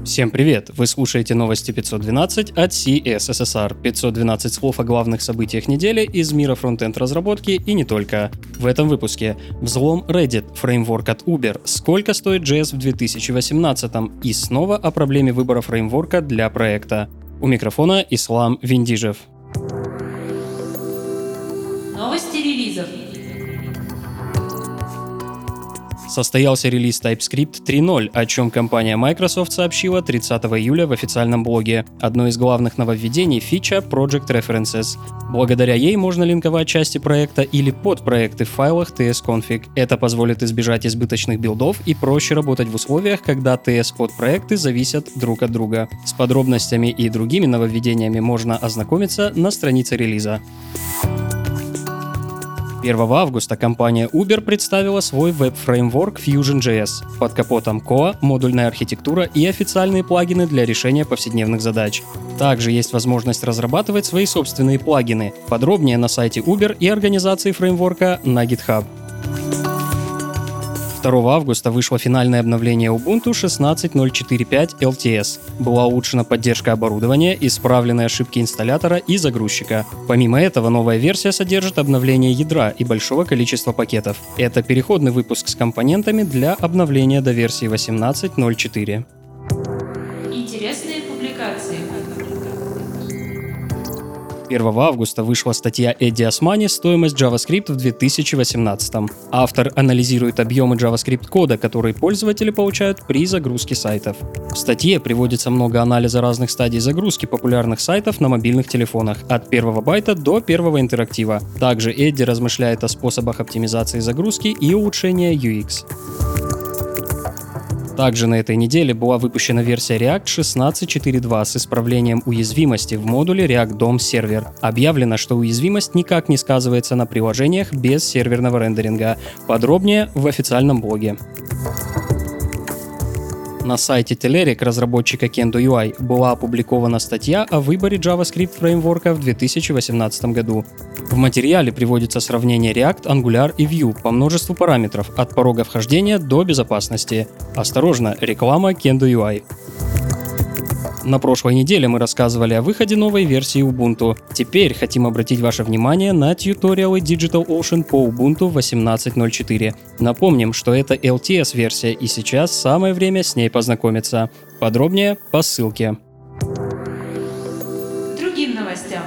Всем привет! Вы слушаете новости 512 от CSSR. 512 слов о главных событиях недели из мира фронтенд разработки и не только. В этом выпуске взлом Reddit, фреймворк от Uber, сколько стоит JS в 2018 и снова о проблеме выбора фреймворка для проекта. У микрофона Ислам Виндижев. Новости релизов. Состоялся релиз TypeScript 3.0, о чем компания Microsoft сообщила 30 июля в официальном блоге. Одно из главных нововведений — фича Project References. Благодаря ей можно линковать части проекта или подпроекты в файлах tsconfig. Это позволит избежать избыточных билдов и проще работать в условиях, когда TS-подпроекты зависят друг от друга. С подробностями и другими нововведениями можно ознакомиться на странице релиза. 1 августа компания Uber представила свой веб-фреймворк Fusion.js. Под капотом Koa, модульная архитектура и официальные плагины для решения повседневных задач. Также есть возможность разрабатывать свои собственные плагины. Подробнее на сайте Uber и организации фреймворка на GitHub. 2 августа вышло финальное обновление Ubuntu 16.0.4.5 LTS. Была улучшена поддержка оборудования, исправлены ошибки инсталлятора и загрузчика. Помимо этого, новая версия содержит обновление ядра и большого количества пакетов. Это переходный выпуск с компонентами для обновления до версии 18.0.4. Интересные публикации. 1 августа вышла статья Эдди Османи «Стоимость JavaScript в 2018». Автор анализирует объемы JavaScript-кода, которые пользователи получают при загрузке сайтов. В статье приводится много анализа разных стадий загрузки популярных сайтов на мобильных телефонах, от первого байта до первого интерактива. Также Эдди размышляет о способах оптимизации загрузки и улучшения UX. Также на этой неделе была выпущена версия React 16.4.2 с исправлением уязвимости в модуле React DOM Server. Объявлено, что уязвимость никак не сказывается на приложениях без серверного рендеринга. Подробнее в официальном блоге. На сайте Telerik разработчика Kendo UI была опубликована статья о выборе JavaScript фреймворка в 2018 году. В материале приводится сравнение React, Angular и Vue по множеству параметров, от порога вхождения до безопасности. Осторожно, реклама Kendo UI. На прошлой неделе мы рассказывали о выходе новой версии Ubuntu. Теперь хотим обратить ваше внимание на тьюториалы DigitalOcean по Ubuntu 18.04. Напомним, что это LTS-версия, и сейчас самое время с ней познакомиться. Подробнее по ссылке. Другим новостям.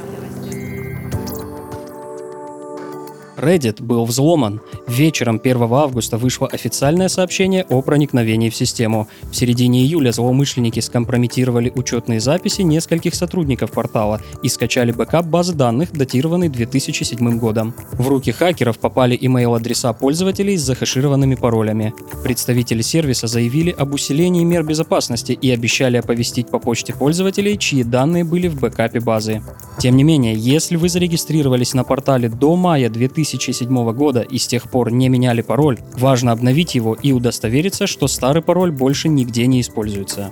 Reddit был взломан. Вечером 1 августа вышло официальное сообщение о проникновении в систему. В середине июля злоумышленники скомпрометировали учетные записи нескольких сотрудников портала и скачали бэкап базы данных, датированный 2007 годом. В руки хакеров попали имейл-адреса пользователей с захешированными паролями. Представители сервиса заявили об усилении мер безопасности и обещали оповестить по почте пользователей, чьи данные были в бэкапе базы. Тем не менее, если вы зарегистрировались на портале до мая 2007 года и с тех пор не меняли пароль, важно обновить его и удостовериться, что старый пароль больше нигде не используется.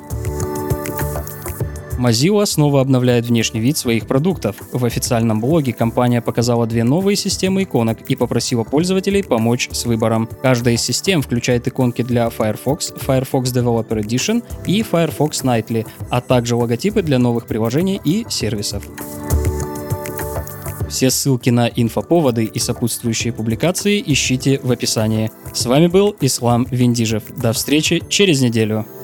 Mozilla снова обновляет внешний вид своих продуктов. В официальном блоге компания показала две новые системы иконок и попросила пользователей помочь с выбором. Каждая из систем включает иконки для Firefox, Firefox Developer Edition и Firefox Nightly, а также логотипы для новых приложений и сервисов. Все ссылки на инфоповоды и сопутствующие публикации ищите в описании. С вами был Ислам Виндижев. До встречи через неделю.